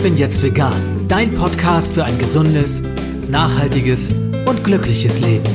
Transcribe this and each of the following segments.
bin jetzt vegan. Dein Podcast für ein gesundes, nachhaltiges und glückliches Leben.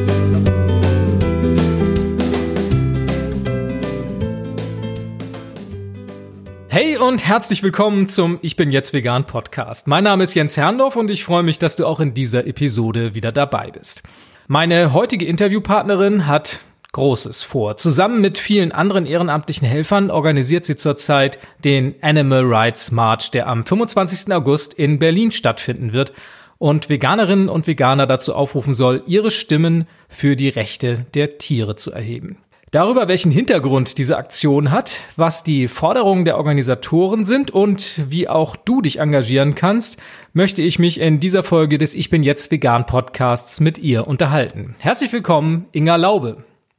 Hey und herzlich willkommen zum Ich bin jetzt vegan Podcast. Mein Name ist Jens Herrndorf und ich freue mich, dass du auch in dieser Episode wieder dabei bist. Meine heutige Interviewpartnerin hat Großes vor. Zusammen mit vielen anderen ehrenamtlichen Helfern organisiert sie zurzeit den Animal Rights March, der am 25. August in Berlin stattfinden wird und Veganerinnen und Veganer dazu aufrufen soll, ihre Stimmen für die Rechte der Tiere zu erheben. Darüber, welchen Hintergrund diese Aktion hat, was die Forderungen der Organisatoren sind und wie auch du dich engagieren kannst, möchte ich mich in dieser Folge des Ich bin jetzt vegan Podcasts mit ihr unterhalten. Herzlich willkommen, Inga Laube.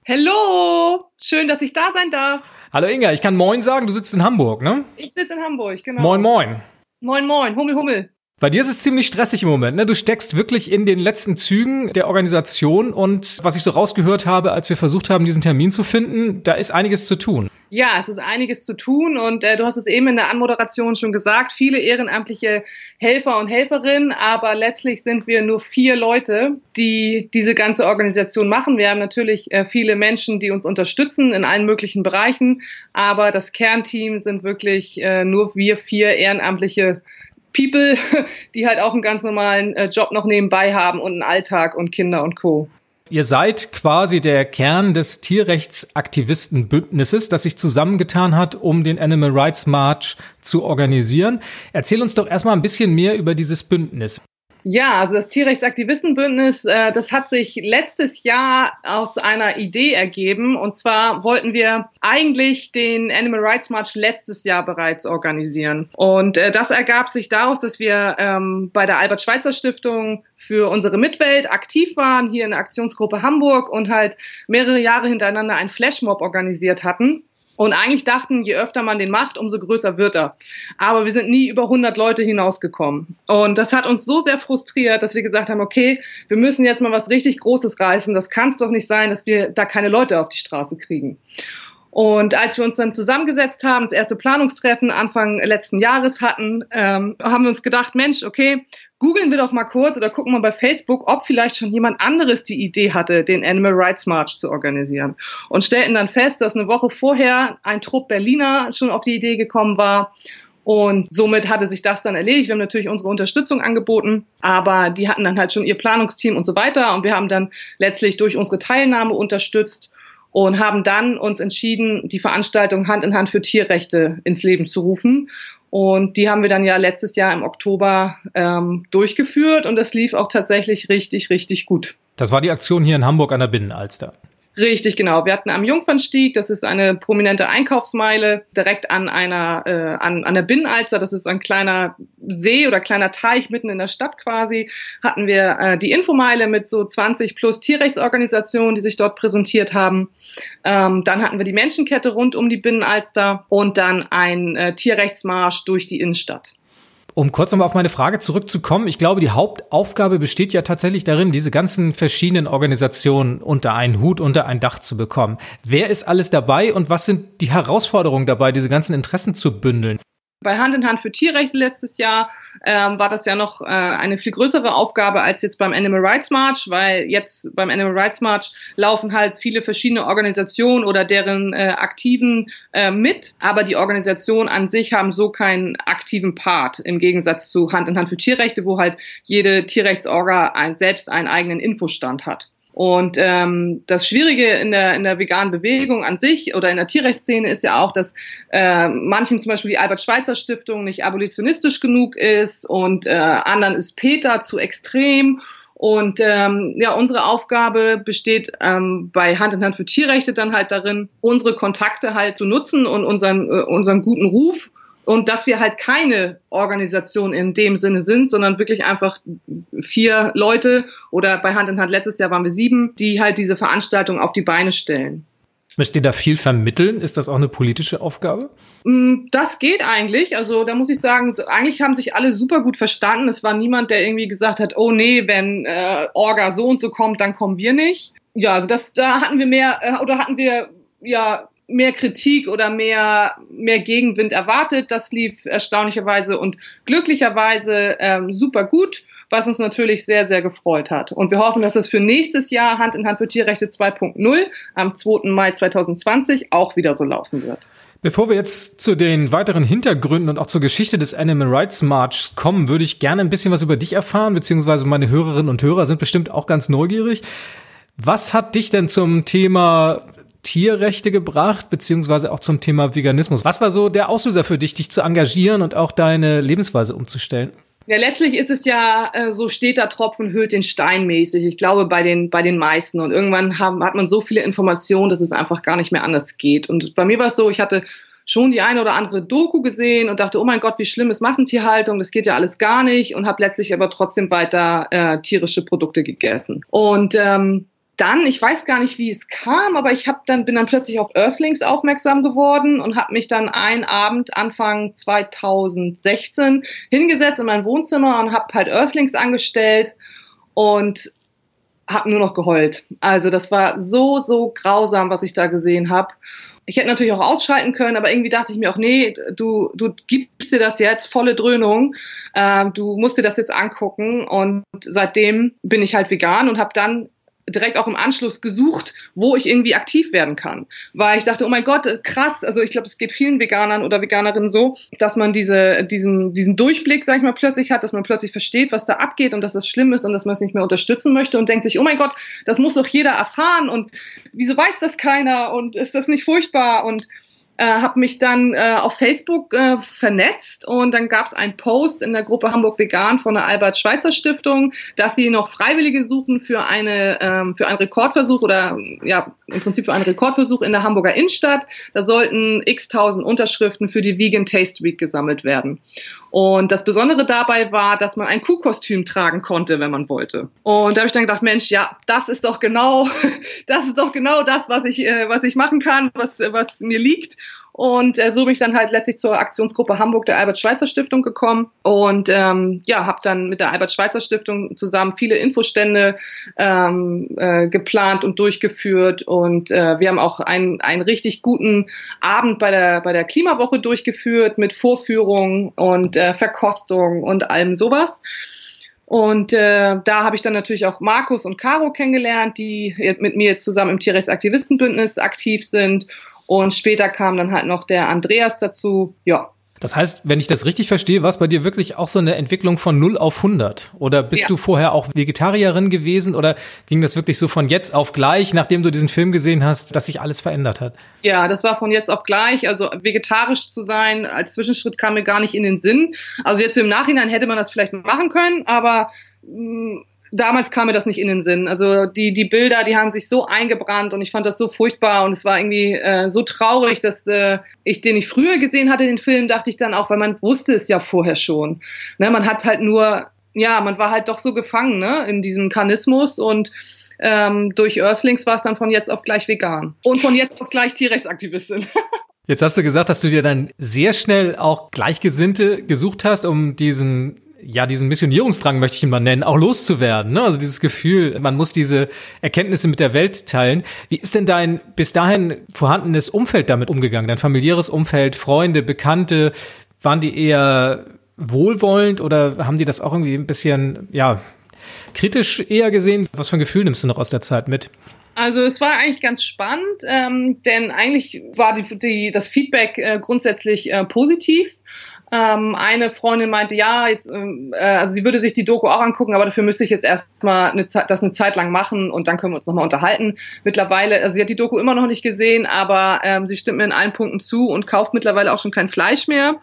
Hallo, schön, dass ich da sein darf. Hallo Inga, ich kann Moin sagen, du sitzt in Hamburg, ne? Ich sitze in Hamburg, genau. Moin, moin. Moin, moin, Hummel, Hummel. Bei dir ist es ziemlich stressig im Moment, ne? Du steckst wirklich in den letzten Zügen der Organisation und was ich so rausgehört habe, als wir versucht haben, diesen Termin zu finden, da ist einiges zu tun. Ja, es ist einiges zu tun und du hast es eben in der Anmoderation schon gesagt, viele ehrenamtliche Helfer und Helferinnen, aber letztlich sind wir nur 4 Leute, die diese ganze Organisation machen. Wir haben natürlich viele Menschen, die uns unterstützen in allen möglichen Bereichen, aber das Kernteam sind wirklich nur wir 4 ehrenamtliche People, die halt auch einen ganz normalen Job noch nebenbei haben und einen Alltag und Kinder und Co. Ihr seid quasi der Kern des Tierrechtsaktivistenbündnisses, das sich zusammengetan hat, um den Animal Rights March zu organisieren. Erzähl uns doch erstmal ein bisschen mehr über dieses Bündnis. Ja, also das Tierrechtsaktivistenbündnis, das hat sich letztes Jahr aus einer Idee ergeben. Und zwar wollten wir eigentlich den Animal Rights March letztes Jahr bereits organisieren. Und das ergab sich daraus, dass wir bei der Albert-Schweitzer-Stiftung für unsere Mitwelt aktiv waren, hier in der Aktionsgruppe Hamburg und halt mehrere Jahre hintereinander einen Flashmob organisiert hatten. Und eigentlich dachten, je öfter man den macht, umso größer wird er. Aber wir sind nie über 100 Leute hinausgekommen. Und das hat uns so sehr frustriert, dass wir gesagt haben, okay, wir müssen jetzt mal was richtig Großes reißen. Das kann es doch nicht sein, dass wir da keine Leute auf die Straße kriegen. Und als wir uns dann zusammengesetzt haben, das erste Planungstreffen Anfang letzten Jahres hatten, haben wir uns gedacht, Mensch, okay, googeln wir doch mal kurz oder gucken mal bei Facebook, ob vielleicht schon jemand anderes die Idee hatte, den Animal Rights March zu organisieren. Und stellten dann fest, dass eine Woche vorher ein Trupp Berliner schon auf die Idee gekommen war. Und somit hatte sich das dann erledigt. Wir haben natürlich unsere Unterstützung angeboten, aber die hatten dann halt schon ihr Planungsteam und so weiter. Und wir haben dann letztlich durch unsere Teilnahme unterstützt und haben dann uns entschieden, die Veranstaltung Hand in Hand für Tierrechte ins Leben zu rufen. Und die haben wir dann ja letztes Jahr im Oktober durchgeführt und es lief auch tatsächlich richtig, richtig gut. Das war die Aktion hier in Hamburg an der Binnenalster. Richtig, genau. Wir hatten am Jungfernstieg, das ist eine prominente Einkaufsmeile, direkt an der Binnenalster, das ist ein kleiner See oder kleiner Teich mitten in der Stadt quasi, hatten wir die Infomeile mit so 20 plus Tierrechtsorganisationen, die sich dort präsentiert haben. Dann hatten wir die Menschenkette rund um die Binnenalster und dann ein Tierrechtsmarsch durch die Innenstadt. Um kurz nochmal auf meine Frage zurückzukommen, ich glaube, die Hauptaufgabe besteht ja tatsächlich darin, diese ganzen verschiedenen Organisationen unter einen Hut, unter ein Dach zu bekommen. Wer ist alles dabei und was sind die Herausforderungen dabei, diese ganzen Interessen zu bündeln? Bei Hand in Hand für Tierrechte letztes Jahr war das ja noch eine viel größere Aufgabe als jetzt beim Animal Rights March, weil jetzt beim Animal Rights March laufen halt viele verschiedene Organisationen oder deren Aktiven mit, aber die Organisationen an sich haben so keinen aktiven Part im Gegensatz zu Hand in Hand für Tierrechte, wo halt jede Tierrechtsorga selbst einen eigenen Infostand hat. Und das Schwierige in der veganen Bewegung an sich oder in der Tierrechtsszene ist ja auch, dass manchen zum Beispiel die Albert-Schweitzer-Stiftung nicht abolitionistisch genug ist und anderen ist PETA zu extrem. Und unsere Aufgabe besteht bei Hand in Hand für Tierrechte dann halt darin, unsere Kontakte halt zu nutzen und unseren guten Ruf. Und dass wir halt keine Organisation in dem Sinne sind, sondern wirklich einfach 4 Leute oder bei Hand in Hand letztes Jahr waren wir 7, die halt diese Veranstaltung auf die Beine stellen. Möchtet ihr da viel vermitteln? Ist das auch eine politische Aufgabe? Das geht eigentlich. Also da muss ich sagen, eigentlich haben sich alle super gut verstanden. Es war niemand, der irgendwie gesagt hat, oh nee, wenn Orga so und so kommt, dann kommen wir nicht. Ja, also da hatten wir mehr Kritik oder mehr Gegenwind erwartet. Das lief erstaunlicherweise und glücklicherweise super gut, was uns natürlich sehr, sehr gefreut hat. Und wir hoffen, dass das für nächstes Jahr Hand in Hand für Tierrechte 2.0 am 2. Mai 2020 auch wieder so laufen wird. Bevor wir jetzt zu den weiteren Hintergründen und auch zur Geschichte des Animal Rights March kommen, würde ich gerne ein bisschen was über dich erfahren, beziehungsweise meine Hörerinnen und Hörer sind bestimmt auch ganz neugierig. Was hat dich denn zum Thema Tierrechte gebracht, beziehungsweise auch zum Thema Veganismus? Was war so der Auslöser für dich, dich zu engagieren und auch deine Lebensweise umzustellen? Ja, letztlich ist es ja so steter Tropfen höhlt den Stein mäßig. Ich glaube bei den meisten. Und irgendwann hat man so viele Informationen, dass es einfach gar nicht mehr anders geht. Und bei mir war es so, ich hatte schon die eine oder andere Doku gesehen und dachte, oh mein Gott, wie schlimm ist Massentierhaltung, das geht ja alles gar nicht. Und habe letztlich aber trotzdem weiter tierische Produkte gegessen. Und dann, ich weiß gar nicht, wie es kam, aber bin dann plötzlich auf Earthlings aufmerksam geworden und habe mich dann einen Abend Anfang 2016 hingesetzt in mein Wohnzimmer und habe halt Earthlings angestellt und habe nur noch geheult. Also das war so, so grausam, was ich da gesehen habe. Ich hätte natürlich auch ausschalten können, aber irgendwie dachte ich mir auch, nee, du gibst dir das jetzt, volle Dröhnung, du musst dir das jetzt angucken. Und seitdem bin ich halt vegan und habe dann direkt auch im Anschluss gesucht, wo ich irgendwie aktiv werden kann. Weil ich dachte, oh mein Gott, krass, also ich glaube, es geht vielen Veganern oder Veganerinnen so, dass man diesen Durchblick, sag ich mal, plötzlich hat, dass man plötzlich versteht, was da abgeht und dass das schlimm ist und dass man es nicht mehr unterstützen möchte und denkt sich, oh mein Gott, das muss doch jeder erfahren und wieso weiß das keiner und ist das nicht furchtbar? Und habe mich dann auf Facebook vernetzt und dann gab es einen Post in der Gruppe Hamburg Vegan von der Albert-Schweitzer-Stiftung, dass sie noch Freiwillige suchen für einen Rekordversuch oder ja im Prinzip für einen Rekordversuch in der Hamburger Innenstadt. Da sollten x-tausend Unterschriften für die Vegan Taste Week gesammelt werden. Und das Besondere dabei war, dass man ein Kuhkostüm tragen konnte, wenn man wollte. Und da habe ich dann gedacht, Mensch, ja, das ist doch genau das, was ich machen kann, was mir liegt. Und so bin ich dann halt letztlich zur Aktionsgruppe Hamburg der Albert-Schweitzer-Stiftung gekommen und habe dann mit der Albert-Schweitzer-Stiftung zusammen viele Infostände geplant und durchgeführt und wir haben auch einen richtig guten Abend bei der Klimawoche durchgeführt mit Vorführungen und Verkostung und allem sowas. Und da habe ich dann natürlich auch Markus und Caro kennengelernt, die mit mir zusammen im Tierrechtsaktivistenbündnis aktiv sind. Und später kam dann halt noch der Andreas dazu, ja. Das heißt, wenn ich das richtig verstehe, war es bei dir wirklich auch so eine Entwicklung von 0 auf 100? Oder bist du vorher auch Vegetarierin gewesen? Oder ging das wirklich so von jetzt auf gleich, nachdem du diesen Film gesehen hast, dass sich alles verändert hat? Ja, das war von jetzt auf gleich. Also vegetarisch zu sein als Zwischenschritt kam mir gar nicht in den Sinn. Also jetzt im Nachhinein hätte man das vielleicht machen können, aber damals kam mir das nicht in den Sinn. Also die Bilder, die haben sich so eingebrannt und ich fand das so furchtbar und es war irgendwie so traurig, dass ich den nicht früher gesehen hatte, den Film, dachte ich dann auch, weil man wusste es ja vorher schon. Ne, man hat halt nur, ja, man war halt doch so gefangen, ne, in diesem Karnismus und durch Earthlings war es dann von jetzt auf gleich vegan und von jetzt auf gleich Tierrechtsaktivistin. Jetzt hast du gesagt, dass du dir dann sehr schnell auch Gleichgesinnte gesucht hast, um diesen Missionierungsdrang, möchte ich ihn mal nennen, auch loszuwerden. Ne? Also dieses Gefühl, man muss diese Erkenntnisse mit der Welt teilen. Wie ist denn dein bis dahin vorhandenes Umfeld damit umgegangen? Dein familiäres Umfeld, Freunde, Bekannte, waren die eher wohlwollend oder haben die das auch irgendwie ein bisschen, kritisch eher gesehen? Was für ein Gefühl nimmst du noch aus der Zeit mit? Also es war eigentlich ganz spannend, denn eigentlich war das Feedback grundsätzlich positiv. Eine Freundin meinte, ja, jetzt, also sie würde sich die Doku auch angucken, aber dafür müsste ich jetzt erstmal das eine Zeit lang machen und dann können wir uns nochmal unterhalten. Mittlerweile, also sie hat die Doku immer noch nicht gesehen, aber sie stimmt mir in allen Punkten zu und kauft mittlerweile auch schon kein Fleisch mehr.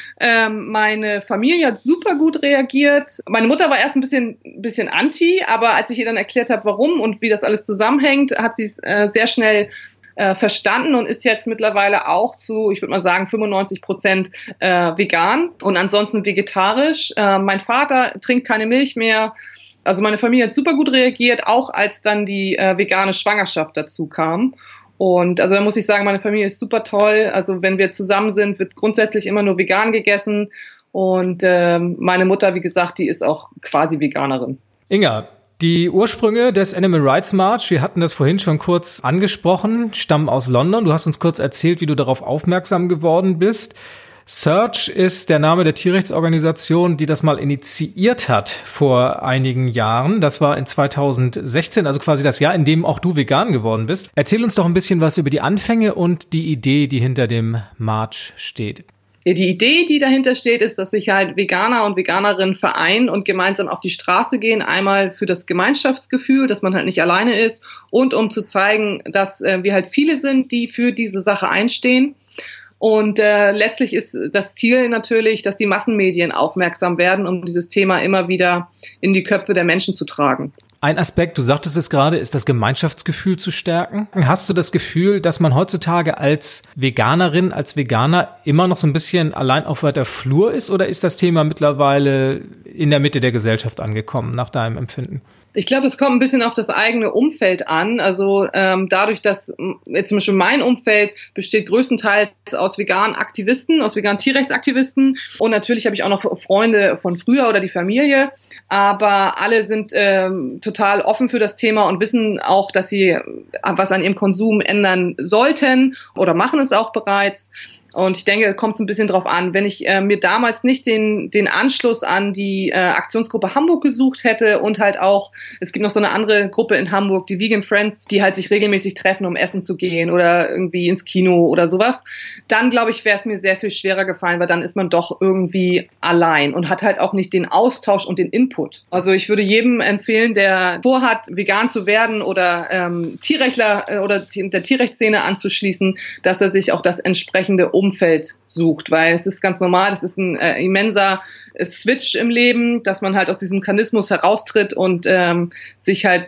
Meine Familie hat super gut reagiert. Meine Mutter war erst ein bisschen anti, aber als ich ihr dann erklärt habe, warum und wie das alles zusammenhängt, hat sie es sehr schnell verstanden und ist jetzt mittlerweile auch zu, ich würde mal sagen, 95% vegan und ansonsten vegetarisch. Mein Vater trinkt keine Milch mehr. Also meine Familie hat super gut reagiert, auch als dann die vegane Schwangerschaft dazu kam. Und also da muss ich sagen, meine Familie ist super toll. Also wenn wir zusammen sind, wird grundsätzlich immer nur vegan gegessen. Und meine Mutter, wie gesagt, die ist auch quasi Veganerin. Inga, Die Ursprünge des Animal Rights March, wir hatten das vorhin schon kurz angesprochen, stammen aus London. Du hast uns kurz erzählt, wie du darauf aufmerksam geworden bist. SEARCH ist der Name der Tierrechtsorganisation, die das mal initiiert hat vor einigen Jahren. Das war in 2016, also quasi das Jahr, in dem auch du vegan geworden bist. Erzähl uns doch ein bisschen was über die Anfänge und die Idee, die hinter dem March steht. Ja, die Idee, die dahinter steht, ist, dass sich halt Veganer und Veganerinnen vereinen und gemeinsam auf die Straße gehen. Einmal für das Gemeinschaftsgefühl, dass man halt nicht alleine ist und um zu zeigen, dass wir halt viele sind, die für diese Sache einstehen. Und letztlich ist das Ziel natürlich, dass die Massenmedien aufmerksam werden, um dieses Thema immer wieder in die Köpfe der Menschen zu tragen. Ein Aspekt, du sagtest es gerade, ist das Gemeinschaftsgefühl zu stärken. Hast du das Gefühl, dass man heutzutage als Veganerin, als Veganer immer noch so ein bisschen allein auf weiter Flur ist, oder ist das Thema mittlerweile in der Mitte der Gesellschaft angekommen, nach deinem Empfinden? Ich glaube, es kommt ein bisschen auf das eigene Umfeld an. Also dadurch, dass jetzt zum Beispiel mein Umfeld besteht größtenteils aus veganen Aktivisten, aus veganen Tierrechtsaktivisten. Und natürlich habe ich auch noch Freunde von früher oder die Familie. Aber alle sind total offen für das Thema und wissen auch, dass sie was an ihrem Konsum ändern sollten oder machen es auch bereits. Und ich denke, kommt es ein bisschen drauf an. Wenn ich mir damals nicht den Anschluss an die Aktionsgruppe Hamburg gesucht hätte und halt auch, es gibt noch so eine andere Gruppe in Hamburg, die Vegan Friends, die halt sich regelmäßig treffen, um essen zu gehen oder irgendwie ins Kino oder sowas, dann glaube ich, wäre es mir sehr viel schwerer gefallen, weil dann ist man doch irgendwie allein und hat halt auch nicht den Austausch und den Input. Also ich würde jedem empfehlen, der vorhat, vegan zu werden oder Tierrechtler oder der Tierrechtsszene anzuschließen, dass er sich auch das entsprechende Umfeld sucht, weil es ist ganz normal, es ist ein immenser Switch im Leben, dass man halt aus diesem Mechanismus heraustritt und sich halt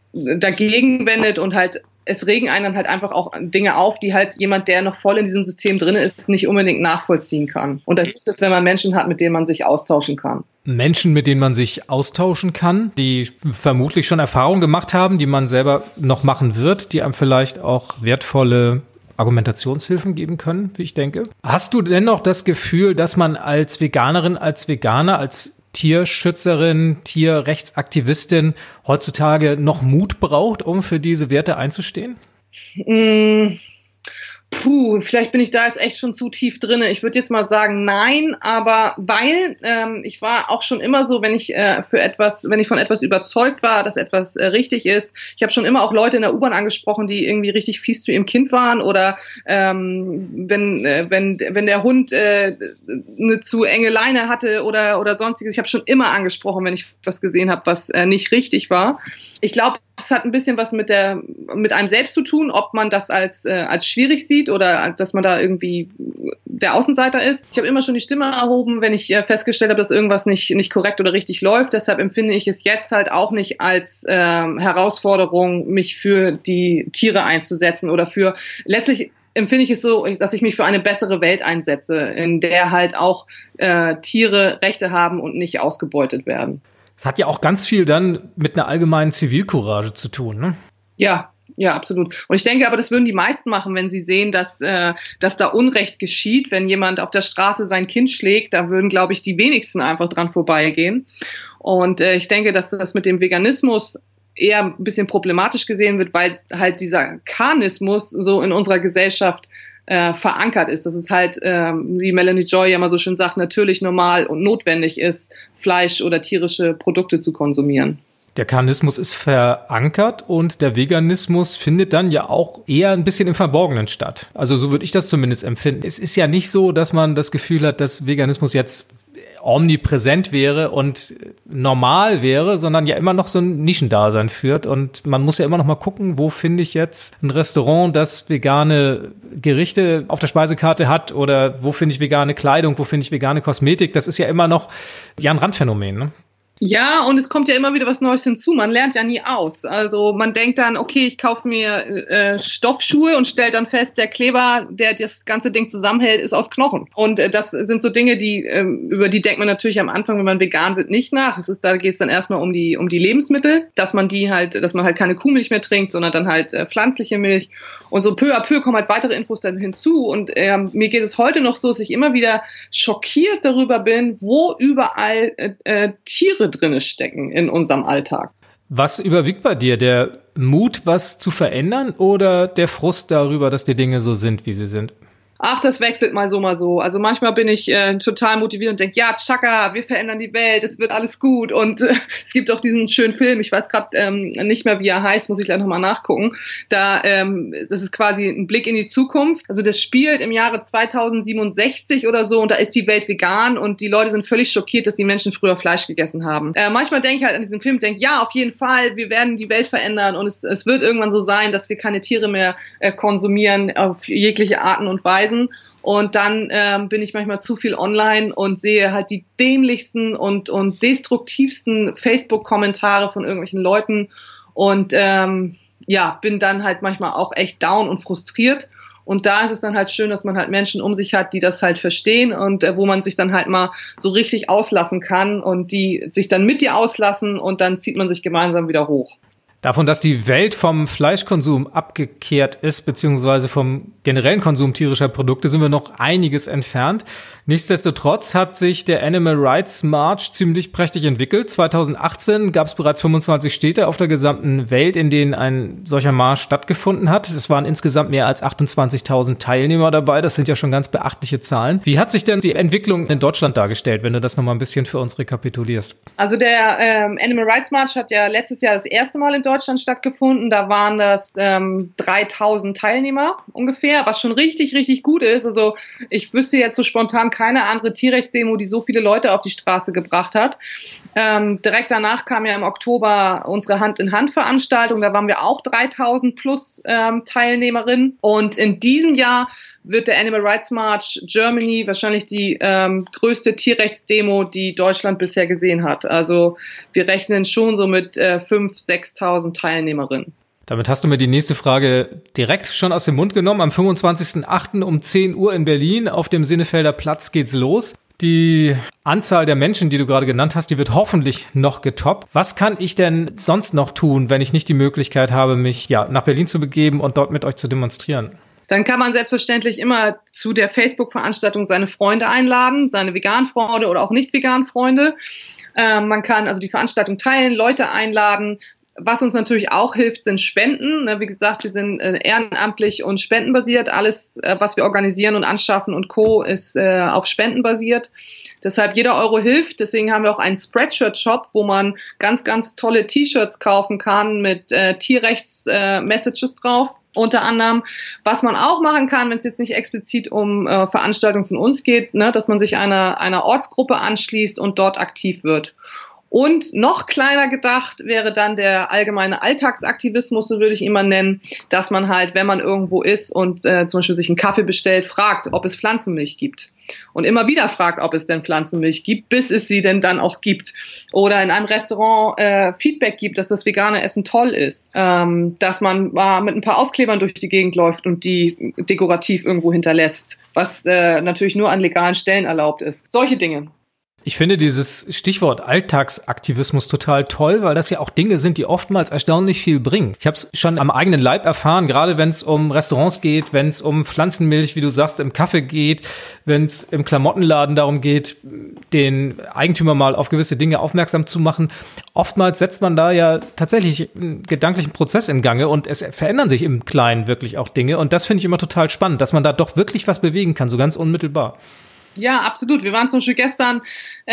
dagegen wendet und halt es regen einen dann halt einfach auch Dinge auf, die halt jemand, der noch voll in diesem System drin ist, nicht unbedingt nachvollziehen kann. Und das ist es, wenn man Menschen hat, mit denen man sich austauschen kann. Menschen, mit denen man sich austauschen kann, die vermutlich schon Erfahrungen gemacht haben, die man selber noch machen wird, die einem vielleicht auch wertvolle Argumentationshilfen geben können, wie ich denke. Hast du dennoch das Gefühl, dass man als Veganerin, als Veganer, als Tierschützerin, Tierrechtsaktivistin heutzutage noch Mut braucht, um für diese Werte einzustehen? Vielleicht bin ich da jetzt echt schon zu tief drin. Ich würde jetzt mal sagen, nein, aber weil ich war auch schon immer so, wenn ich von etwas überzeugt war, dass etwas richtig ist. Ich habe schon immer auch Leute in der U-Bahn angesprochen, die irgendwie richtig fies zu ihrem Kind waren oder wenn der Hund eine zu enge Leine hatte oder sonstiges. Ich habe schon immer angesprochen, wenn ich was gesehen habe, was nicht richtig war. Ich glaube, es hat ein bisschen was mit einem selbst zu tun, ob man das als schwierig sieht oder dass man da irgendwie der Außenseiter ist. Ich habe immer schon die Stimme erhoben, wenn ich festgestellt habe, dass irgendwas nicht korrekt oder richtig läuft. Deshalb empfinde ich es jetzt halt auch nicht als Herausforderung, mich für die Tiere einzusetzen oder letztlich empfinde ich es so, dass ich mich für eine bessere Welt einsetze, in der halt auch Tiere Rechte haben und nicht ausgebeutet werden. Das hat ja auch ganz viel dann mit einer allgemeinen Zivilcourage zu tun, ne? Ja, absolut. Und ich denke aber, das würden die meisten machen, wenn sie sehen, dass da Unrecht geschieht. Wenn jemand auf der Straße sein Kind schlägt, da würden, glaube ich, die wenigsten einfach dran vorbeigehen. Und ich denke, dass das mit dem Veganismus eher ein bisschen problematisch gesehen wird, weil halt dieser Karnismus so in unserer Gesellschaft verankert ist, dass es halt, wie Melanie Joy ja mal so schön sagt, natürlich normal und notwendig ist, Fleisch oder tierische Produkte zu konsumieren. Der Karnismus ist verankert und der Veganismus findet dann ja auch eher ein bisschen im Verborgenen statt. Also so würde ich das zumindest empfinden. Es ist ja nicht so, dass man das Gefühl hat, dass Veganismus jetzt omnipräsent wäre und normal wäre, sondern ja immer noch so ein Nischendasein führt. Und man muss ja immer noch mal gucken, wo finde ich jetzt ein Restaurant, das vegane Gerichte auf der Speisekarte hat, oder wo finde ich vegane Kleidung, wo finde ich vegane Kosmetik. Das ist ja immer noch ein Randphänomen, ne? Ja, und es kommt ja immer wieder was Neues hinzu. Man lernt ja nie aus. Also man denkt dann, okay, ich kaufe mir Stoffschuhe und stellt dann fest, der Kleber, der das ganze Ding zusammenhält, ist aus Knochen. Und das sind so Dinge, über die denkt man natürlich am Anfang, wenn man vegan wird, nicht nach. Da geht es dann erstmal um die Lebensmittel, dass man halt keine Kuhmilch mehr trinkt, sondern dann halt pflanzliche Milch. Und so peu à peu kommen halt weitere Infos dann hinzu. Und mir geht es heute noch so, dass ich immer wieder schockiert darüber bin, wo überall Tiere drinne stecken in unserem Alltag. Was überwiegt bei dir? Der Mut, was zu verändern oder der Frust darüber, dass die Dinge so sind, wie sie sind? Ach, das wechselt mal so, mal so. Also manchmal bin ich total motiviert und denke, ja, Chaka, wir verändern die Welt, es wird alles gut. Und es gibt auch diesen schönen Film, ich weiß gerade nicht mehr, wie er heißt, muss ich gleich nochmal nachgucken. Das ist quasi ein Blick in die Zukunft. Also das spielt im Jahre 2067 oder so und da ist die Welt vegan und die Leute sind völlig schockiert, dass die Menschen früher Fleisch gegessen haben. Manchmal denke ich halt an diesen Film, denke, ja, auf jeden Fall, wir werden die Welt verändern und es wird irgendwann so sein, dass wir keine Tiere mehr konsumieren auf jegliche Arten und Weisen. Und dann bin ich manchmal zu viel online und sehe halt die dämlichsten und destruktivsten Facebook-Kommentare von irgendwelchen Leuten und bin dann halt manchmal auch echt down und frustriert. Und da ist es dann halt schön, dass man halt Menschen um sich hat, die das halt verstehen und wo man sich dann halt mal so richtig auslassen kann und die sich dann mit dir auslassen und dann zieht man sich gemeinsam wieder hoch. Davon, dass die Welt vom Fleischkonsum abgekehrt ist, beziehungsweise vom generellen Konsum tierischer Produkte, sind wir noch einiges entfernt. Nichtsdestotrotz hat sich der Animal Rights March ziemlich prächtig entwickelt. 2018 gab es bereits 25 Städte auf der gesamten Welt, in denen ein solcher Marsch stattgefunden hat. Es waren insgesamt mehr als 28.000 Teilnehmer dabei. Das sind ja schon ganz beachtliche Zahlen. Wie hat sich denn die Entwicklung in Deutschland dargestellt, wenn du das nochmal ein bisschen für uns rekapitulierst? Also der Animal Rights March hat ja letztes Jahr das erste Mal in Deutschland stattgefunden. Da waren das 3.000 Teilnehmer ungefähr, was schon richtig, richtig gut ist. Also ich wüsste jetzt so spontan keine andere Tierrechtsdemo, die so viele Leute auf die Straße gebracht hat. Direkt danach kam ja im Oktober unsere Hand-in-Hand-Veranstaltung. Da waren wir auch 3.000 plus Teilnehmerinnen. Und in diesem Jahr wird der Animal Rights March Germany wahrscheinlich die größte Tierrechtsdemo, die Deutschland bisher gesehen hat. Also wir rechnen schon so mit 5.000, 6.000 Teilnehmerinnen. Damit hast du mir die nächste Frage direkt schon aus dem Mund genommen. Am 25.08. um 10 Uhr in Berlin auf dem Sinnefelder Platz geht's los. Die Anzahl der Menschen, die du gerade genannt hast, die wird hoffentlich noch getoppt. Was kann ich denn sonst noch tun, wenn ich nicht die Möglichkeit habe, mich nach Berlin zu begeben und dort mit euch zu demonstrieren? Dann kann man selbstverständlich immer zu der Facebook-Veranstaltung seine Freunde einladen, seine veganen Freunde oder auch nicht veganen Freunde. Man kann also die Veranstaltung teilen, Leute einladen. Was uns natürlich auch hilft, sind Spenden. Wie gesagt, wir sind ehrenamtlich und spendenbasiert. Alles, was wir organisieren und anschaffen und Co. ist auf Spenden basiert. Deshalb jeder Euro hilft. Deswegen haben wir auch einen Spreadshirt-Shop, wo man ganz, ganz tolle T-Shirts kaufen kann mit Tierrechts-Messages drauf. Unter anderem, was man auch machen kann, wenn es jetzt nicht explizit um Veranstaltungen von uns geht, dass man sich einer Ortsgruppe anschließt und dort aktiv wird. Und noch kleiner gedacht wäre dann der allgemeine Alltagsaktivismus, so würde ich ihn mal nennen, dass man halt, wenn man irgendwo ist und zum Beispiel sich einen Kaffee bestellt, fragt, ob es Pflanzenmilch gibt. Und immer wieder fragt, ob es denn Pflanzenmilch gibt, bis es sie denn dann auch gibt. Oder in einem Restaurant Feedback gibt, dass das vegane Essen toll ist. Dass man mal mit ein paar Aufklebern durch die Gegend läuft und die dekorativ irgendwo hinterlässt, was natürlich nur an legalen Stellen erlaubt ist. Solche Dinge. Ich finde dieses Stichwort Alltagsaktivismus total toll, weil das ja auch Dinge sind, die oftmals erstaunlich viel bringen. Ich habe es schon am eigenen Leib erfahren, gerade wenn es um Restaurants geht, wenn es um Pflanzenmilch, wie du sagst, im Kaffee geht, wenn es im Klamottenladen darum geht, den Eigentümer mal auf gewisse Dinge aufmerksam zu machen. Oftmals setzt man da ja tatsächlich einen gedanklichen Prozess in Gange und es verändern sich im Kleinen wirklich auch Dinge. Und das finde ich immer total spannend, dass man da doch wirklich was bewegen kann, so ganz unmittelbar. Ja, absolut. Wir waren zum Beispiel gestern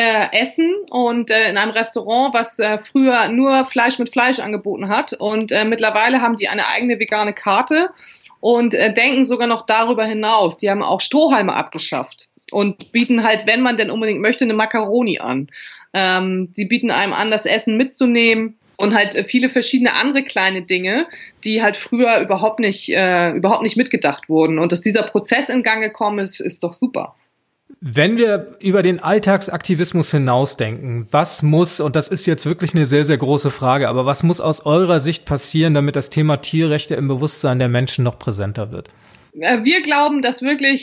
essen und in einem Restaurant, was früher nur Fleisch mit Fleisch angeboten hat. Und mittlerweile haben die eine eigene vegane Karte und denken sogar noch darüber hinaus. Die haben auch Strohhalme abgeschafft und bieten halt, wenn man denn unbedingt möchte, eine Macaroni an. Die bieten einem an, das Essen mitzunehmen. Und halt viele verschiedene andere kleine Dinge, die halt früher überhaupt nicht mitgedacht wurden. Und dass dieser Prozess in Gang gekommen ist doch super. Wenn wir über den Alltagsaktivismus hinausdenken, was muss, und das ist jetzt wirklich eine sehr, sehr große Frage, aber was muss aus eurer Sicht passieren, damit das Thema Tierrechte im Bewusstsein der Menschen noch präsenter wird? Wir glauben, dass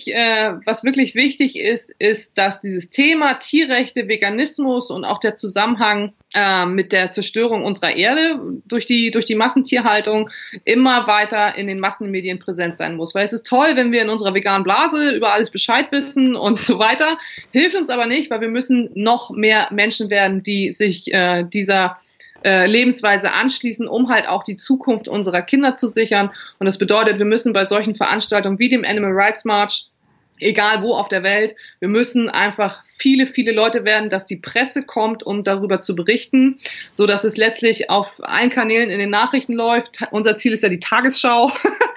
was wirklich wichtig ist, dass dieses Thema Tierrechte, Veganismus und auch der Zusammenhang mit der Zerstörung unserer Erde durch die Massentierhaltung immer weiter in den Massenmedien präsent sein muss. Weil es ist toll, wenn wir in unserer veganen Blase über alles Bescheid wissen und so weiter. Hilft uns aber nicht, weil wir müssen noch mehr Menschen werden, die sich dieser Lebensweise anschließen, um halt auch die Zukunft unserer Kinder zu sichern. Und das bedeutet, wir müssen bei solchen Veranstaltungen wie dem Animal Rights March, egal wo auf der Welt, wir müssen einfach viele, viele Leute werden, dass die Presse kommt, um darüber zu berichten, so dass es letztlich auf allen Kanälen in den Nachrichten läuft. Unser Ziel ist ja die Tagesschau,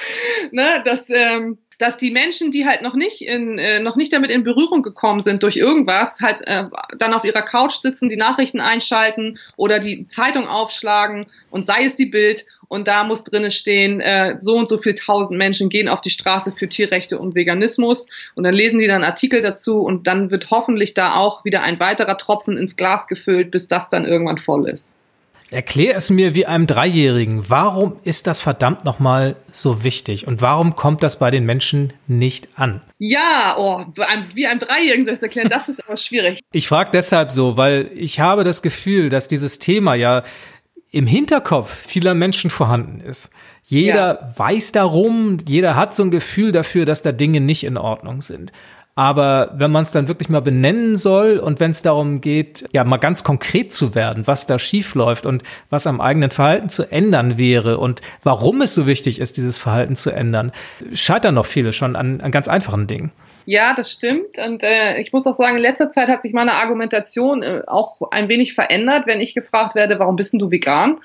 ne, dass die Menschen, die halt noch nicht damit in Berührung gekommen sind durch irgendwas, halt dann auf ihrer Couch sitzen, die Nachrichten einschalten oder die Zeitung aufschlagen und sei es die Bild. Und da muss drinnen stehen, so und so viel 1000 Menschen gehen auf die Straße für Tierrechte und Veganismus. Und dann lesen die dann Artikel dazu und dann wird hoffentlich da auch wieder ein weiterer Tropfen ins Glas gefüllt, bis das dann irgendwann voll ist. Erklär es mir wie einem Dreijährigen. Warum ist das verdammt nochmal so wichtig? Und warum kommt das bei den Menschen nicht an? Ja, wie einem Dreijährigen soll ich es erklären, das ist aber schwierig. Ich frage deshalb so, weil ich habe das Gefühl, dass dieses Thema ja im Hinterkopf vieler Menschen vorhanden ist. Jeder weiß darum, jeder hat so ein Gefühl dafür, dass da Dinge nicht in Ordnung sind. Aber wenn man es dann wirklich mal benennen soll und wenn es darum geht, ja mal ganz konkret zu werden, was da schief läuft und was am eigenen Verhalten zu ändern wäre und warum es so wichtig ist, dieses Verhalten zu ändern, scheitern noch viele schon an ganz einfachen Dingen. Ja, das stimmt. Und ich muss auch sagen, in letzter Zeit hat sich meine Argumentation auch ein wenig verändert. Wenn ich gefragt werde, warum bist denn du vegan?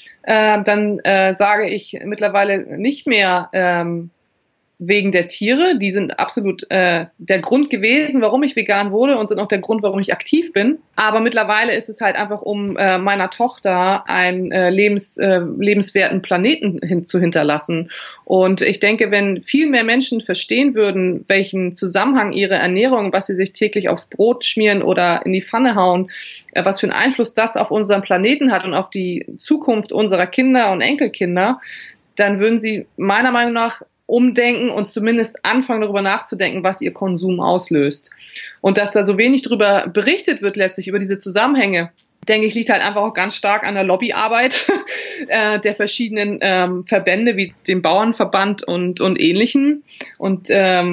Dann sage ich mittlerweile nicht mehr wegen der Tiere. Die sind absolut der Grund gewesen, warum ich vegan wurde und sind auch der Grund, warum ich aktiv bin. Aber mittlerweile ist es halt einfach, um meiner Tochter einen lebenswerten Planeten zu hinterlassen. Und ich denke, wenn viel mehr Menschen verstehen würden, welchen Zusammenhang ihre Ernährung, was sie sich täglich aufs Brot schmieren oder in die Pfanne hauen, was für einen Einfluss das auf unseren Planeten hat und auf die Zukunft unserer Kinder und Enkelkinder, dann würden sie meiner Meinung nach umdenken und zumindest anfangen, darüber nachzudenken, was ihr Konsum auslöst. Und dass da so wenig darüber berichtet wird letztlich, über diese Zusammenhänge, denke ich, liegt halt einfach auch ganz stark an der Lobbyarbeit der verschiedenen Verbände wie dem Bauernverband und Ähnlichen. Und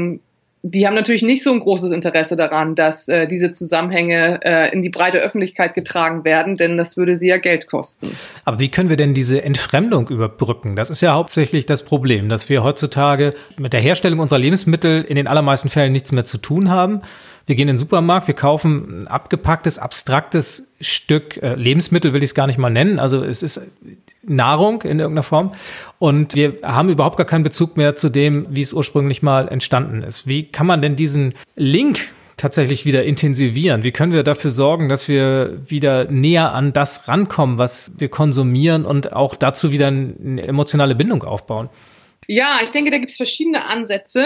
die haben natürlich nicht so ein großes Interesse daran, dass diese Zusammenhänge in die breite Öffentlichkeit getragen werden, denn das würde sie ja Geld kosten. Aber wie können wir denn diese Entfremdung überbrücken? Das ist ja hauptsächlich das Problem, dass wir heutzutage mit der Herstellung unserer Lebensmittel in den allermeisten Fällen nichts mehr zu tun haben. Wir gehen in den Supermarkt, wir kaufen ein abgepacktes, abstraktes Stück Lebensmittel, will ich es gar nicht mal nennen. Also es ist Nahrung in irgendeiner Form. Und wir haben überhaupt gar keinen Bezug mehr zu dem, wie es ursprünglich mal entstanden ist. Wie kann man denn diesen Link tatsächlich wieder intensivieren? Wie können wir dafür sorgen, dass wir wieder näher an das rankommen, was wir konsumieren und auch dazu wieder eine emotionale Bindung aufbauen? Ja, ich denke, da gibt es verschiedene Ansätze.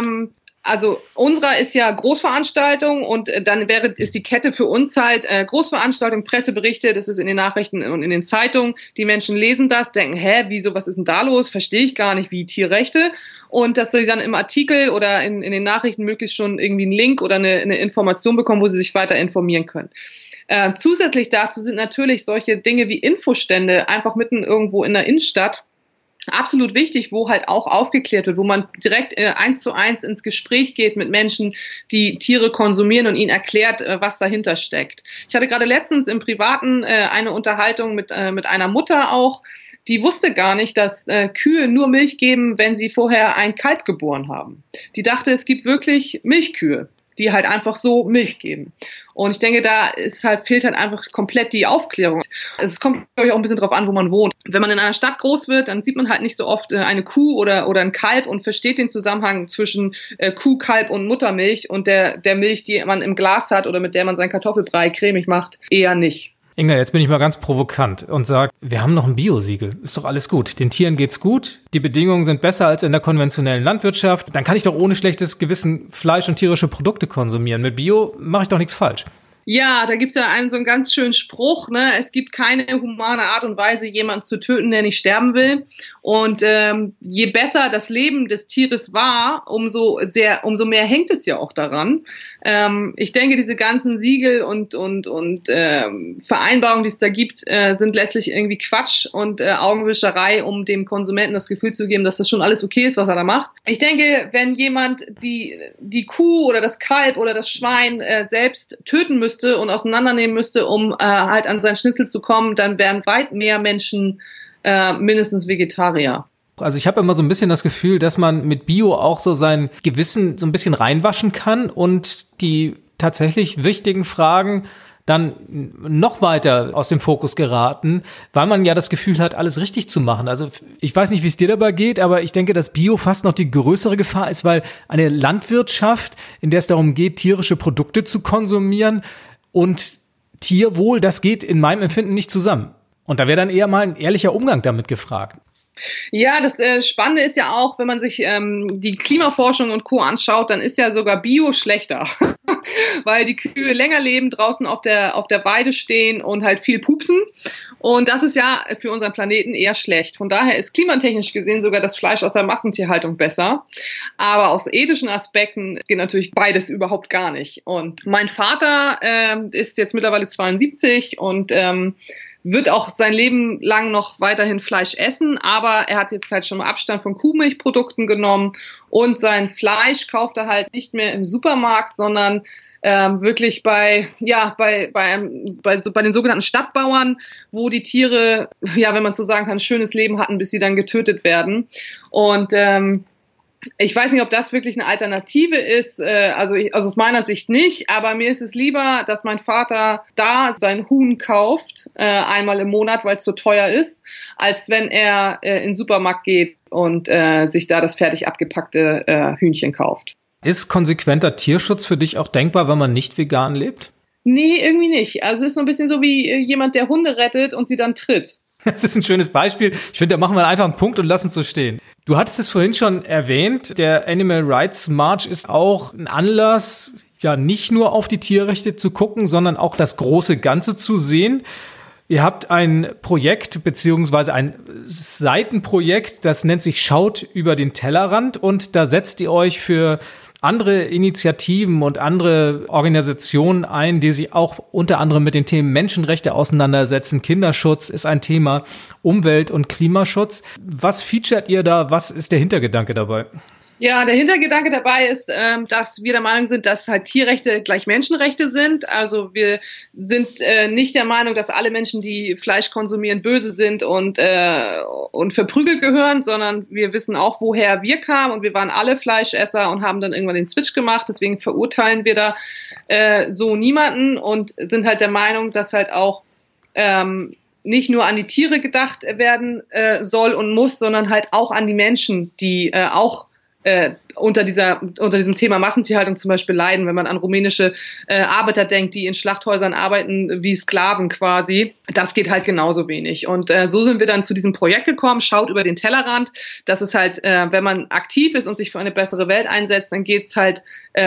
Also unserer ist ja Großveranstaltung und dann ist die Kette für uns halt Großveranstaltung, Presseberichte, das ist in den Nachrichten und in den Zeitungen. Die Menschen lesen das, denken, wieso, was ist denn da los? Verstehe ich gar nicht, wie Tierrechte. Und dass sie dann im Artikel oder in den Nachrichten möglichst schon irgendwie einen Link oder eine Information bekommen, wo sie sich weiter informieren können. Zusätzlich dazu sind natürlich solche Dinge wie Infostände einfach mitten irgendwo in der Innenstadt absolut wichtig, wo halt auch aufgeklärt wird, wo man direkt 1:1 ins Gespräch geht mit Menschen, die Tiere konsumieren und ihnen erklärt, was dahinter steckt. Ich hatte gerade letztens im Privaten eine Unterhaltung mit einer Mutter auch, die wusste gar nicht, dass Kühe nur Milch geben, wenn sie vorher ein Kalb geboren haben. Die dachte, es gibt wirklich Milchkühe, die halt einfach so Milch geben. Und ich denke, fehlt halt einfach komplett die Aufklärung. Es kommt, glaube ich, auch ein bisschen drauf an, wo man wohnt. Wenn man in einer Stadt groß wird, dann sieht man halt nicht so oft eine Kuh oder ein Kalb und versteht den Zusammenhang zwischen Kuh, Kalb und Muttermilch und der Milch, die man im Glas hat oder mit der man seinen Kartoffelbrei cremig macht, eher nicht. Inga, jetzt bin ich mal ganz provokant und sage, wir haben noch ein Biosiegel. Ist doch alles gut. Den Tieren geht's gut. Die Bedingungen sind besser als in der konventionellen Landwirtschaft. Dann kann ich doch ohne schlechtes Gewissen Fleisch und tierische Produkte konsumieren. Mit Bio mache ich doch nichts falsch. Ja, da gibt's ja so einen ganz schönen Spruch, ne? Es gibt keine humane Art und Weise, jemanden zu töten, der nicht sterben will. Und je besser das Leben des Tieres war, umso mehr hängt es ja auch daran. Ich denke, diese ganzen Siegel und Vereinbarungen, die es da gibt, sind letztlich irgendwie Quatsch und Augenwischerei, um dem Konsumenten das Gefühl zu geben, dass das schon alles okay ist, was er da macht. Ich denke, wenn jemand die Kuh oder das Kalb oder das Schwein selbst töten müsste, müsste und auseinandernehmen müsste, um halt an sein Schnitzel zu kommen, dann wären weit mehr Menschen mindestens Vegetarier. Also ich habe immer so ein bisschen das Gefühl, dass man mit Bio auch so sein Gewissen so ein bisschen reinwaschen kann und die tatsächlich wichtigen Fragen dann noch weiter aus dem Fokus geraten, weil man ja das Gefühl hat, alles richtig zu machen. Also ich weiß nicht, wie es dir dabei geht, aber ich denke, dass Bio fast noch die größere Gefahr ist, weil eine Landwirtschaft, in der es darum geht, tierische Produkte zu konsumieren und Tierwohl, das geht in meinem Empfinden nicht zusammen. Und da wäre dann eher mal ein ehrlicher Umgang damit gefragt. Ja, das Spannende ist ja auch, wenn man sich die Klimaforschung und Co. anschaut, dann ist ja sogar Bio schlechter, weil die Kühe länger leben, draußen auf der Weide stehen und halt viel pupsen. Und das ist ja für unseren Planeten eher schlecht. Von daher ist klimatechnisch gesehen sogar das Fleisch aus der Massentierhaltung besser. Aber aus ethischen Aspekten geht natürlich beides überhaupt gar nicht. Und mein Vater ist jetzt mittlerweile 72 und wird auch sein Leben lang noch weiterhin Fleisch essen, aber er hat jetzt halt schon mal Abstand von Kuhmilchprodukten genommen und sein Fleisch kauft er halt nicht mehr im Supermarkt, sondern wirklich bei den sogenannten Stadtbauern, wo die Tiere, ja, wenn man so sagen kann, ein schönes Leben hatten, bis sie dann getötet werden. Und ich weiß nicht, ob das wirklich eine Alternative ist, also aus meiner Sicht nicht, aber mir ist es lieber, dass mein Vater da sein Huhn kauft, einmal im Monat, weil es so teuer ist, als wenn er in den Supermarkt geht und sich da das fertig abgepackte Hühnchen kauft. Ist konsequenter Tierschutz für dich auch denkbar, wenn man nicht vegan lebt? Nee, irgendwie nicht. Also es ist so ein bisschen so wie jemand, der Hunde rettet und sie dann tritt. Das ist ein schönes Beispiel. Ich finde, da machen wir einfach einen Punkt und lassen es so stehen. Du hattest es vorhin schon erwähnt, der Animal Rights March ist auch ein Anlass, ja, nicht nur auf die Tierrechte zu gucken, sondern auch das große Ganze zu sehen. Ihr habt ein Projekt beziehungsweise ein Seitenprojekt, das nennt sich Schaut über den Tellerrand und da setzt ihr euch für andere Initiativen und andere Organisationen ein, die sich auch unter anderem mit den Themen Menschenrechte auseinandersetzen. Kinderschutz ist ein Thema, Umwelt- und Klimaschutz. Was featuret ihr da? Was ist der Hintergedanke dabei? Ja, der Hintergedanke dabei ist, dass wir der Meinung sind, dass halt Tierrechte gleich Menschenrechte sind. Also wir sind nicht der Meinung, dass alle Menschen, die Fleisch konsumieren, böse sind und verprügelt gehören, sondern wir wissen auch, woher wir kamen und wir waren alle Fleischesser und haben dann irgendwann den Switch gemacht. Deswegen verurteilen wir da so niemanden und sind halt der Meinung, dass halt auch nicht nur an die Tiere gedacht werden soll und muss, sondern halt auch an die Menschen, die auch unter diesem Thema Massentierhaltung zum Beispiel leiden, wenn man an rumänische Arbeiter denkt, die in Schlachthäusern arbeiten wie Sklaven quasi. Das geht halt genauso wenig. Und so sind wir dann zu diesem Projekt gekommen, Schaut über den Tellerrand. Das ist halt, wenn man aktiv ist und sich für eine bessere Welt einsetzt, dann geht's halt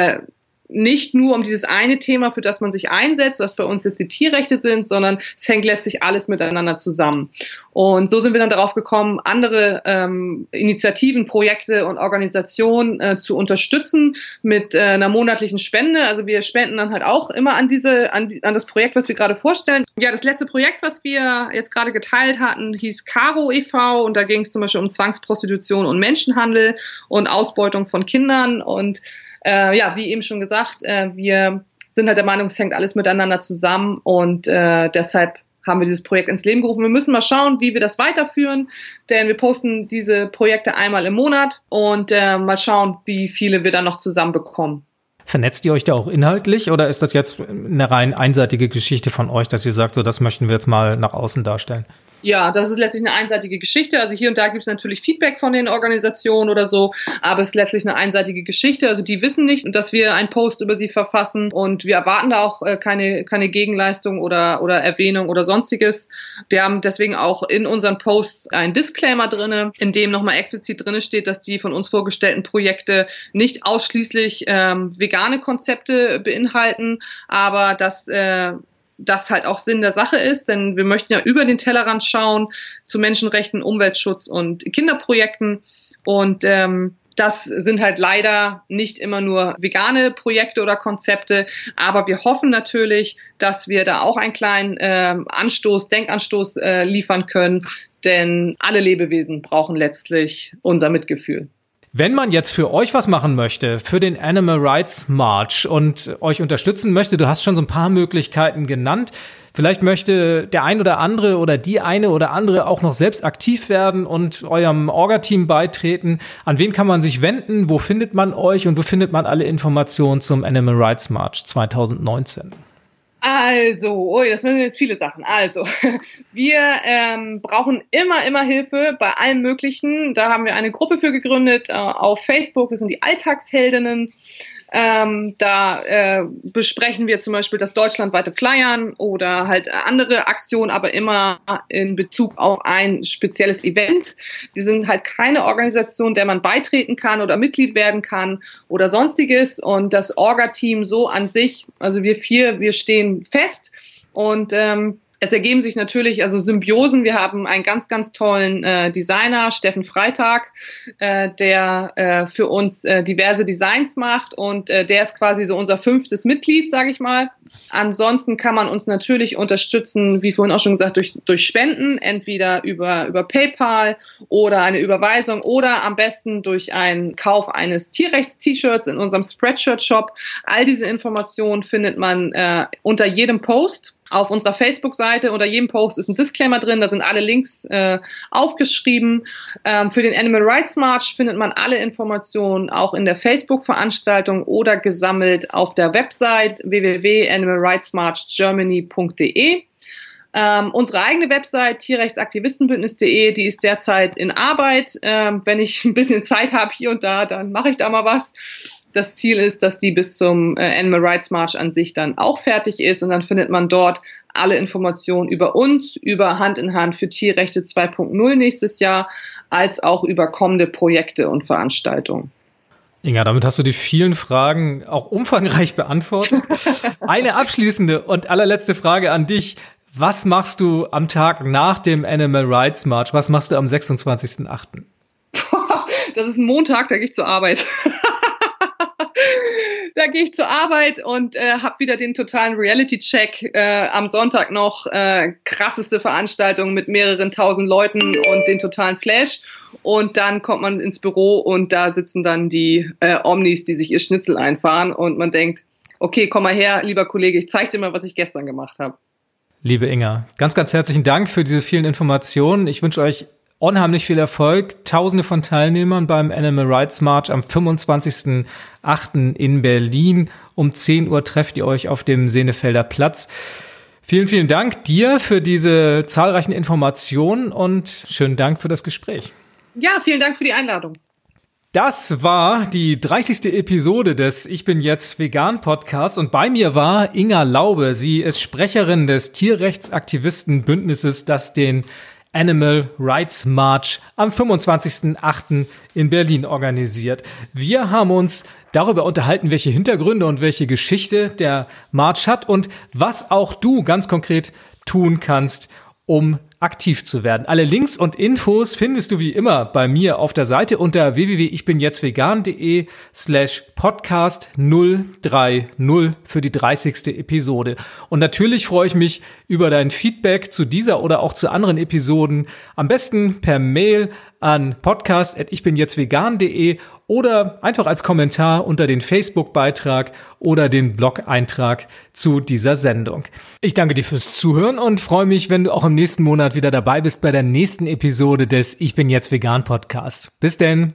nicht nur um dieses eine Thema, für das man sich einsetzt, was bei uns jetzt die Tierrechte sind, sondern es hängt letztlich alles miteinander zusammen. Und so sind wir dann darauf gekommen, andere Initiativen, Projekte und Organisationen zu unterstützen mit einer monatlichen Spende. Also wir spenden dann halt auch immer an das Projekt, was wir gerade vorstellen. Ja, das letzte Projekt, was wir jetzt gerade geteilt hatten, hieß Caro e.V. und da ging es zum Beispiel um Zwangsprostitution und Menschenhandel und Ausbeutung von Kindern und wie eben schon gesagt, wir sind halt der Meinung, es hängt alles miteinander zusammen und deshalb haben wir dieses Projekt ins Leben gerufen. Wir müssen mal schauen, wie wir das weiterführen, denn wir posten diese Projekte einmal im Monat und mal schauen, wie viele wir dann noch zusammenbekommen. Vernetzt ihr euch da auch inhaltlich oder ist das jetzt eine rein einseitige Geschichte von euch, dass ihr sagt, so das möchten wir jetzt mal nach außen darstellen? Ja, das ist letztlich eine einseitige Geschichte. Also hier und da gibt es natürlich Feedback von den Organisationen oder so, aber es ist letztlich eine einseitige Geschichte. Also die wissen nicht, dass wir einen Post über sie verfassen und wir erwarten da auch keine Gegenleistung oder Erwähnung oder sonstiges. Wir haben deswegen auch in unseren Posts einen Disclaimer drinne, in dem nochmal explizit drinne steht, dass die von uns vorgestellten Projekte nicht ausschließlich vegane Konzepte beinhalten, aber dass das halt auch Sinn der Sache ist, denn wir möchten ja über den Tellerrand schauen zu Menschenrechten, Umweltschutz und Kinderprojekten und das sind halt leider nicht immer nur vegane Projekte oder Konzepte, aber wir hoffen natürlich, dass wir da auch einen kleinen Denkanstoß liefern können, denn alle Lebewesen brauchen letztlich unser Mitgefühl. Wenn man jetzt für euch was machen möchte, für den Animal Rights March und euch unterstützen möchte, du hast schon so ein paar Möglichkeiten genannt. Vielleicht möchte der ein oder andere oder die eine oder andere auch noch selbst aktiv werden und eurem Orga-Team beitreten. An wen kann man sich wenden? Wo findet man euch und wo findet man alle Informationen zum Animal Rights March 2019? Also, das sind jetzt viele Sachen. Also, wir brauchen immer Hilfe bei allem Möglichen. Da haben wir eine Gruppe für gegründet auf Facebook. Das sind die Alltagsheldinnen. Da besprechen wir zum Beispiel das deutschlandweite Flyern oder halt andere Aktionen, aber immer in Bezug auf ein spezielles Event. Wir sind halt keine Organisation, der man beitreten kann oder Mitglied werden kann oder sonstiges. Und das Orga-Team so an sich, also wir stehen fest und es ergeben sich natürlich also Symbiosen. Wir haben einen ganz, ganz tollen Designer, Steffen Freitag, der für uns diverse Designs macht und der ist quasi so unser 5. Mitglied, sage ich mal. Ansonsten kann man uns natürlich unterstützen, wie vorhin auch schon gesagt, durch Spenden, entweder über PayPal oder eine Überweisung oder am besten durch einen Kauf eines Tierrechts-T-Shirts in unserem Spreadshirt-Shop. All diese Informationen findet man unter jedem Post. Auf unserer Facebook-Seite unter jedem Post ist ein Disclaimer drin, da sind alle Links aufgeschrieben. Für den Animal Rights March findet man alle Informationen auch in der Facebook-Veranstaltung oder gesammelt auf der Website www.animalrightsmarchgermany.de. Unsere eigene Website tierrechtsaktivistenbündnis.de, die ist derzeit in Arbeit. Wenn ich ein bisschen Zeit habe hier und da, dann mache ich da mal was. Das Ziel ist, dass die bis zum Animal Rights March an sich dann auch fertig ist und dann findet man dort alle Informationen über uns, über Hand in Hand für Tierrechte 2.0 nächstes Jahr, als auch über kommende Projekte und Veranstaltungen. Inga, damit hast du die vielen Fragen auch umfangreich beantwortet. Eine abschließende und allerletzte Frage an dich. Was machst du am Tag nach dem Animal Rights March? Was machst du am 26.08.? Das ist ein Montag, da gehe ich zur Arbeit. Da gehe ich zur Arbeit und habe wieder den totalen Reality-Check. Am Sonntag noch krasseste Veranstaltung mit mehreren tausend Leuten und den totalen Flash. Und dann kommt man ins Büro und da sitzen dann die Omnis, die sich ihr Schnitzel einfahren. Und man denkt, okay, komm mal her, lieber Kollege, ich zeige dir mal, was ich gestern gemacht habe. Liebe Inga, ganz, ganz herzlichen Dank für diese vielen Informationen. Ich wünsche euch unheimlich viel Erfolg. Tausende von Teilnehmern beim Animal Rights March am 25.08. in Berlin. Um 10 Uhr trefft ihr euch auf dem Senefelder Platz. Vielen, vielen Dank dir für diese zahlreichen Informationen und schönen Dank für das Gespräch. Ja, vielen Dank für die Einladung. Das war die 30. Episode des Ich bin jetzt vegan Podcasts und bei mir war Inga Laube. Sie ist Sprecherin des Tierrechtsaktivistenbündnisses, das den Animal Rights March am 25.08. in Berlin organisiert. Wir haben uns darüber unterhalten, welche Hintergründe und welche Geschichte der March hat und was auch du ganz konkret tun kannst, um aktiv zu werden. Alle Links und Infos findest du wie immer bei mir auf der Seite unter www.ichbinjetztvegan.de/podcast 030 für die 30. Episode. Und natürlich freue ich mich über dein Feedback zu dieser oder auch zu anderen Episoden. Am besten per Mail an podcast@ichbinjetztvegan.de oder einfach als Kommentar unter den Facebook-Beitrag oder den Blog-Eintrag zu dieser Sendung. Ich danke dir fürs Zuhören und freue mich, wenn du auch im nächsten Monat wieder dabei bist bei der nächsten Episode des Ich bin jetzt vegan Podcasts. Bis denn.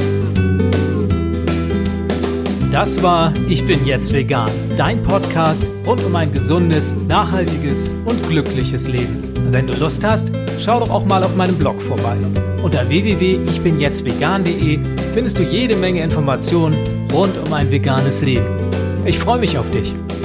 Das war Ich bin jetzt vegan, dein Podcast rund um ein gesundes, nachhaltiges und glückliches Leben. Und wenn du Lust hast, schau doch auch mal auf meinem Blog vorbei. Unter www.ichbinjetztvegan.de findest du jede Menge Informationen rund um ein veganes Leben. Ich freue mich auf dich.